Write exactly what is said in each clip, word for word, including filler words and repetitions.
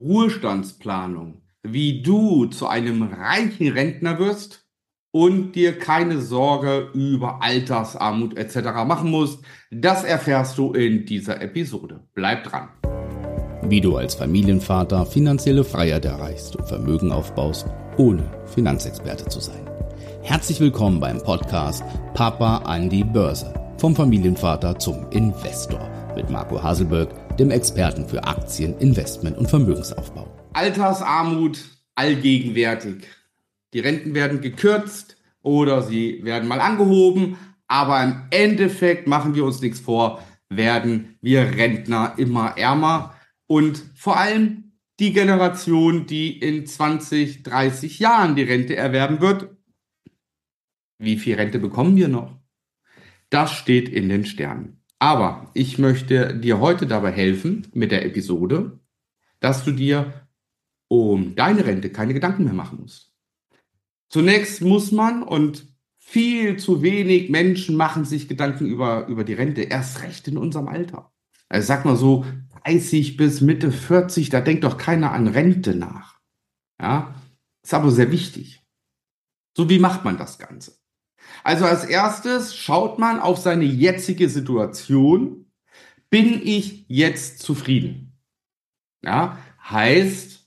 Ruhestandsplanung, wie du zu einem reichen Rentner wirst und dir keine Sorge über Altersarmut et cetera machen musst, das erfährst du in dieser Episode. Bleib dran. Wie du als Familienvater finanzielle Freiheit erreichst und Vermögen aufbaust, ohne Finanzexperte zu sein. Herzlich willkommen beim Podcast Papa an die Börse. Vom Familienvater zum Investor mit Marco Haselberg, dem Experten für Aktien, Investment und Vermögensaufbau. Altersarmut allgegenwärtig. Die Renten werden gekürzt oder sie werden mal angehoben, aber im Endeffekt, machen wir uns nichts vor, werden wir Rentner immer ärmer. Und vor allem die Generation, die in zwanzig, dreißig Jahren die Rente erwerben wird, wie viel Rente bekommen wir noch? Das steht in den Sternen. Aber ich möchte dir heute dabei helfen mit der Episode, dass du dir um deine Rente keine Gedanken mehr machen musst. Zunächst muss man, und viel zu wenig Menschen machen sich Gedanken über, über die Rente, erst recht in unserem Alter. Also sag mal so, dreißig bis Mitte vierzig, da denkt doch keiner an Rente nach. Ja, ist aber sehr wichtig. So, wie macht man das Ganze? Also als erstes schaut man auf seine jetzige Situation. Bin ich jetzt zufrieden? Ja, heißt,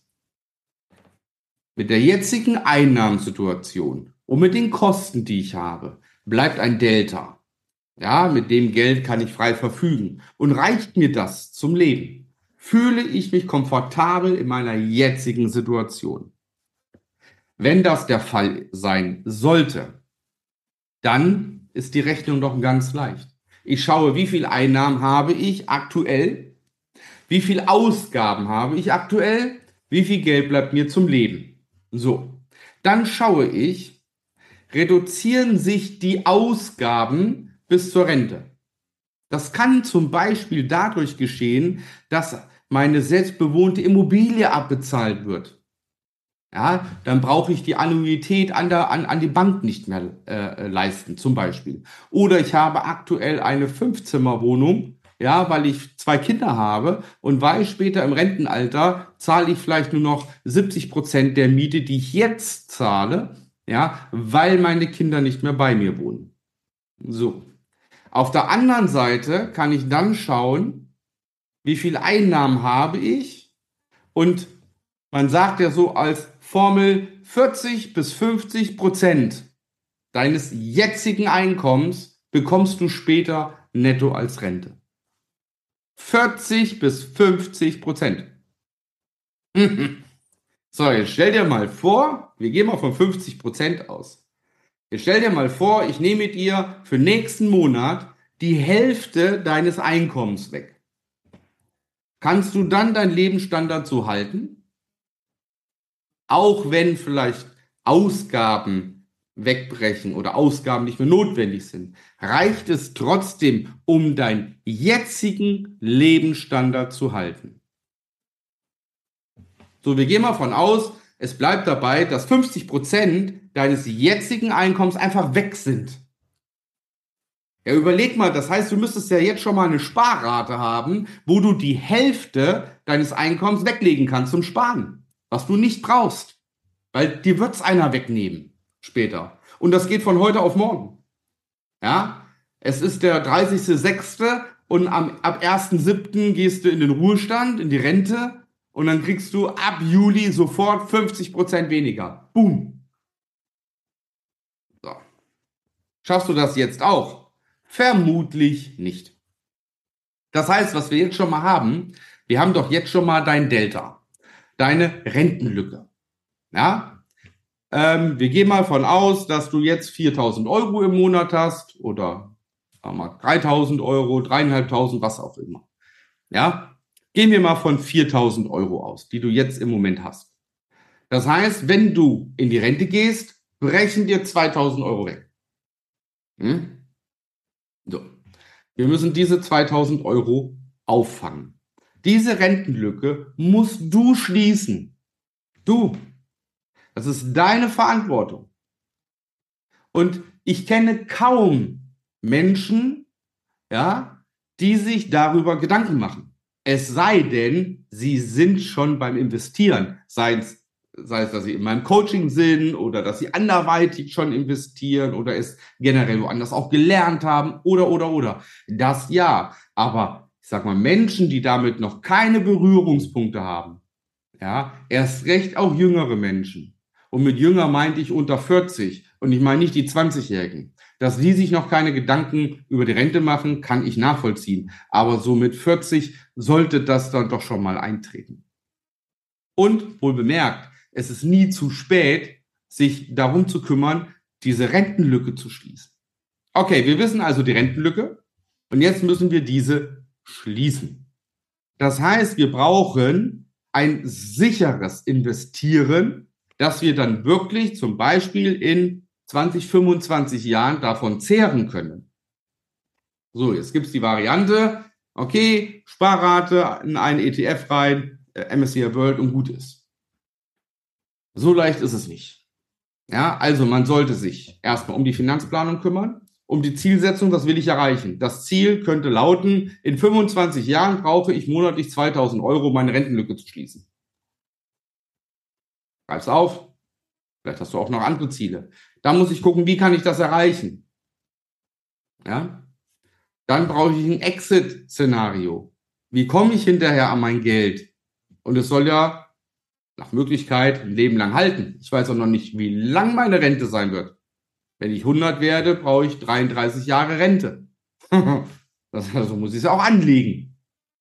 mit der jetzigen Einnahmensituation und mit den Kosten, die ich habe, bleibt ein Delta. Ja, mit dem Geld kann ich frei verfügen. Und reicht mir das zum Leben? Fühle ich mich komfortabel in meiner jetzigen Situation? Wenn das der Fall sein sollte, dann ist die Rechnung doch ganz leicht. Ich schaue, wie viel Einnahmen habe ich aktuell, wie viel Ausgaben habe ich aktuell, wie viel Geld bleibt mir zum Leben. So, dann schaue ich, reduzieren sich die Ausgaben bis zur Rente. Das kann zum Beispiel dadurch geschehen, dass meine selbstbewohnte Immobilie abbezahlt wird. Ja, dann brauche ich die Annuität an, der, an, an die Bank nicht mehr äh, leisten, zum Beispiel. Oder ich habe aktuell eine Fünfzimmerwohnung, ja, weil ich zwei Kinder habe und weiß, später im Rentenalter zahle ich vielleicht nur noch siebzig Prozent der Miete, die ich jetzt zahle, ja, weil meine Kinder nicht mehr bei mir wohnen. So. Auf der anderen Seite kann ich dann schauen, wie viel Einnahmen habe ich, und man sagt ja so als Formel, vierzig bis fünfzig Prozent deines jetzigen Einkommens bekommst du später netto als Rente. vierzig bis fünfzig Prozent. So, jetzt stell dir mal vor, wir gehen mal von fünfzig Prozent aus. Jetzt stell dir mal vor, ich nehme dir für nächsten Monat die Hälfte deines Einkommens weg. Kannst du dann deinen Lebensstandard so halten? Auch wenn vielleicht Ausgaben wegbrechen oder Ausgaben nicht mehr notwendig sind, reicht es trotzdem, um deinen jetzigen Lebensstandard zu halten. So, wir gehen mal von aus, es bleibt dabei, dass fünfzig Prozent deines jetzigen Einkommens einfach weg sind. Ja, überleg mal, das heißt, du müsstest ja jetzt schon mal eine Sparrate haben, wo du die Hälfte deines Einkommens weglegen kannst zum Sparen, was du nicht brauchst, weil dir wird's einer wegnehmen später. Und das geht von heute auf morgen. Ja, es ist der dreißigster sechste und am, ab ersten siebten gehst du in den Ruhestand, in die Rente, und dann kriegst du ab Juli sofort fünfzig Prozent weniger. Boom. So. Schaffst du das jetzt auch? Vermutlich nicht. Das heißt, was wir jetzt schon mal haben, wir haben doch jetzt schon mal dein Delta, deine Rentenlücke. Ja? Ähm, wir gehen mal von aus, dass du jetzt viertausend Euro im Monat hast oder sagen wir mal dreitausend Euro, dreieinhalbtausend, was auch immer. Ja? Gehen wir mal von viertausend Euro aus, die du jetzt im Moment hast. Das heißt, wenn du in die Rente gehst, brechen dir zweitausend Euro weg. Hm? So. Wir müssen diese zweitausend Euro auffangen. Diese Rentenlücke musst du schließen. Du. Das ist deine Verantwortung. Und ich kenne kaum Menschen, ja, die sich darüber Gedanken machen. Es sei denn, Sie sind schon beim Investieren, sei es, sei es, dass Sie in meinem Coaching sind oder dass Sie anderweitig schon investieren oder es generell woanders auch gelernt haben oder, oder, oder. Das ja, aber ich sag mal, Menschen, die damit noch keine Berührungspunkte haben, ja, erst recht auch jüngere Menschen. Und mit jünger meinte ich unter vierzig und ich meine nicht die zwanzigjährigen. Dass die sich noch keine Gedanken über die Rente machen, kann ich nachvollziehen. Aber so mit vierzig sollte das dann doch schon mal eintreten. Und wohl bemerkt, es ist nie zu spät, sich darum zu kümmern, diese Rentenlücke zu schließen. Okay, wir wissen also die Rentenlücke und jetzt müssen wir diese schließen. Das heißt, wir brauchen ein sicheres Investieren, dass wir dann wirklich zum Beispiel in zwanzig, fünfundzwanzig Jahren davon zehren können. So, jetzt gibt es die Variante, okay, Sparrate in einen E T F rein, M S C I World und gut ist. So leicht ist es nicht. Ja, also man sollte sich erstmal um die Finanzplanung kümmern, um die Zielsetzung, was will ich erreichen. Das Ziel könnte lauten, in fünfundzwanzig Jahren brauche ich monatlich zweitausend Euro, um meine Rentenlücke zu schließen. Greif's auf. Vielleicht hast du auch noch andere Ziele. Da muss ich gucken, wie kann ich das erreichen? Ja? Dann brauche ich ein Exit-Szenario. Wie komme ich hinterher an mein Geld? Und es soll ja nach Möglichkeit ein Leben lang halten. Ich weiß auch noch nicht, wie lang meine Rente sein wird. Wenn ich hundert werde, brauche ich dreiunddreißig Jahre Rente. Das, also muss ich es auch anlegen.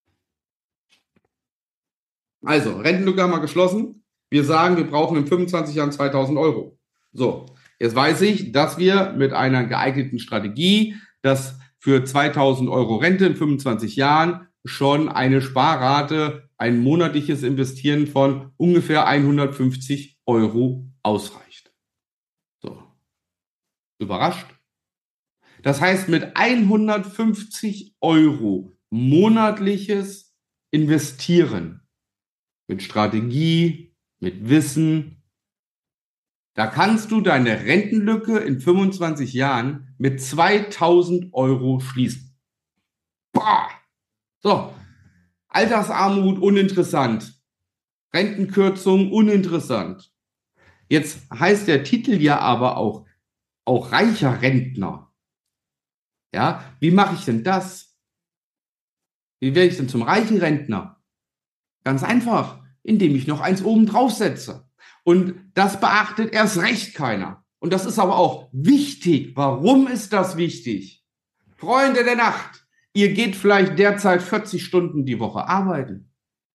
Also, Rentenlücke haben wir geschlossen. Wir sagen, wir brauchen in fünfundzwanzig Jahren zweitausend Euro. So, jetzt weiß ich, dass wir mit einer geeigneten Strategie, dass für zweitausend Euro Rente in fünfundzwanzig Jahren schon eine Sparrate, ein monatliches Investieren von ungefähr hundertfünfzig Euro ausreicht. So, überrascht? Das heißt, mit hundertfünfzig Euro monatliches Investieren, mit Strategie, mit Wissen, da kannst du deine Rentenlücke in fünfundzwanzig Jahren mit zweitausend Euro schließen. Boah! So, Altersarmut uninteressant, Rentenkürzung uninteressant. Jetzt heißt der Titel ja aber auch, auch reicher Rentner. Ja, wie mache ich denn das? Wie werde ich denn zum reichen Rentner? Ganz einfach, indem ich noch eins oben drauf setze. Und das beachtet erst recht keiner. Und das ist aber auch wichtig. Warum ist das wichtig? Freunde der Nacht, ihr geht vielleicht derzeit vierzig Stunden die Woche arbeiten.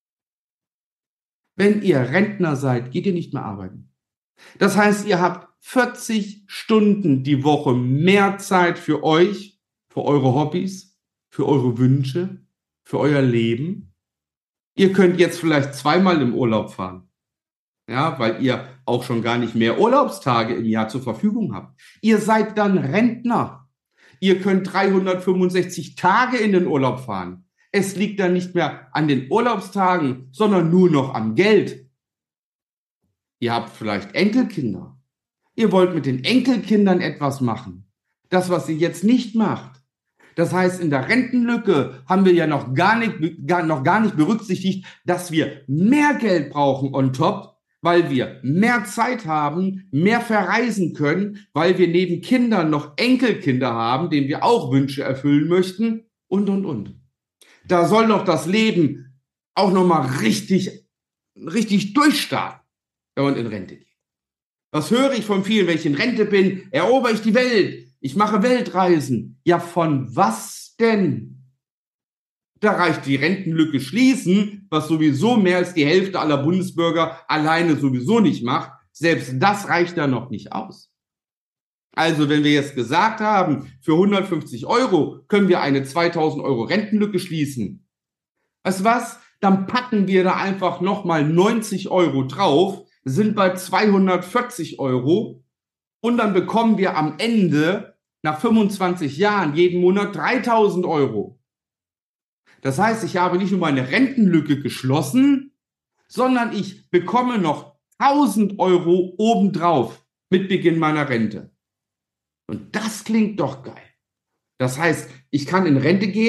Wenn ihr Rentner seid, geht ihr nicht mehr arbeiten. Das heißt, ihr habt vierzig Stunden die Woche mehr Zeit für euch, für eure Hobbys, für eure Wünsche, für euer Leben. Ihr könnt jetzt vielleicht zweimal im Urlaub fahren. Ja, weil ihr auch schon gar nicht mehr Urlaubstage im Jahr zur Verfügung habt. Ihr seid dann Rentner. Ihr könnt dreihundertfünfundsechzig Tage in den Urlaub fahren. Es liegt dann nicht mehr an den Urlaubstagen, sondern nur noch am Geld. Ihr habt vielleicht Enkelkinder. Ihr wollt mit den Enkelkindern etwas machen. Das, was ihr jetzt nicht macht. Das heißt, in der Rentenlücke haben wir ja noch gar nicht, gar, noch gar nicht berücksichtigt, dass wir mehr Geld brauchen on top, weil wir mehr Zeit haben, mehr verreisen können, weil wir neben Kindern noch Enkelkinder haben, denen wir auch Wünsche erfüllen möchten und, und, und. Da soll noch das Leben auch nochmal richtig, richtig durchstarten, wenn man in Rente geht. Was höre ich von vielen, wenn ich in Rente bin? Erober ich die Welt. Ich mache Weltreisen. Ja, von was denn? Da reicht die Rentenlücke schließen, was sowieso mehr als die Hälfte aller Bundesbürger alleine sowieso nicht macht. Selbst das reicht da noch nicht aus. Also wenn wir jetzt gesagt haben, für hundertfünfzig Euro können wir eine zweitausend Euro Rentenlücke schließen. Weißt du was? Dann packen wir da einfach nochmal neunzig Euro drauf, sind bei zweihundertvierzig Euro und dann bekommen wir am Ende nach fünfundzwanzig Jahren jeden Monat dreitausend Euro. Das heißt, ich habe nicht nur meine Rentenlücke geschlossen, sondern ich bekomme noch tausend Euro obendrauf mit Beginn meiner Rente. Und das klingt doch geil. Das heißt, ich kann in Rente gehen,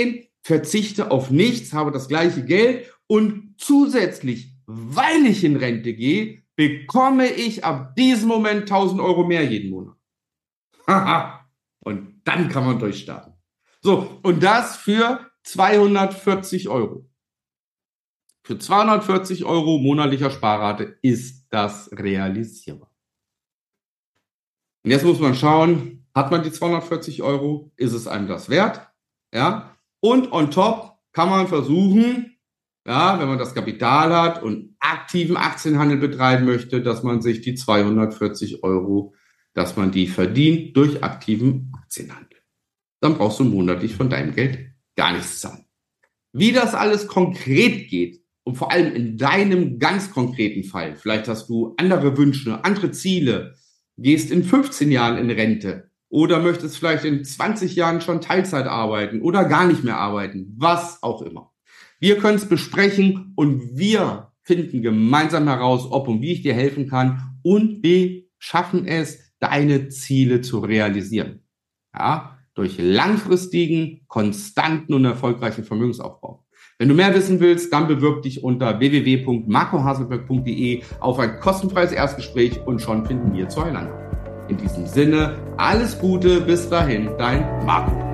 verzichte auf nichts, habe das gleiche Geld und zusätzlich, weil ich in Rente gehe, bekomme ich ab diesem Moment tausend Euro mehr jeden Monat. Haha. Und dann kann man durchstarten. So, und das für zweihundertvierzig Euro. Für zweihundertvierzig Euro monatlicher Sparrate ist das realisierbar. Und jetzt muss man schauen, hat man die zweihundertvierzig Euro? Ist es einem das wert? Ja. Und on top kann man versuchen, ja, wenn man das Kapital hat und aktiven Aktienhandel betreiben möchte, dass man sich die zweihundertvierzig Euro, dass man die verdient durch aktiven Aktienhandel. Dann brauchst du monatlich von deinem Geld gar nichts zahlen. Wie das alles konkret geht und vor allem in deinem ganz konkreten Fall, vielleicht hast du andere Wünsche, andere Ziele, gehst in fünfzehn Jahren in Rente oder möchtest vielleicht in zwanzig Jahren schon Teilzeit arbeiten oder gar nicht mehr arbeiten, was auch immer. Wir können es besprechen und wir finden gemeinsam heraus, ob und wie ich dir helfen kann und wir schaffen es, deine Ziele zu realisieren. Ja, durch langfristigen, konstanten und erfolgreichen Vermögensaufbau. Wenn du mehr wissen willst, dann bewirb dich unter w w w punkt marco haselberg punkt d e auf ein kostenfreies Erstgespräch und schon finden wir zueinander. In diesem Sinne, alles Gute, bis dahin, dein Marco.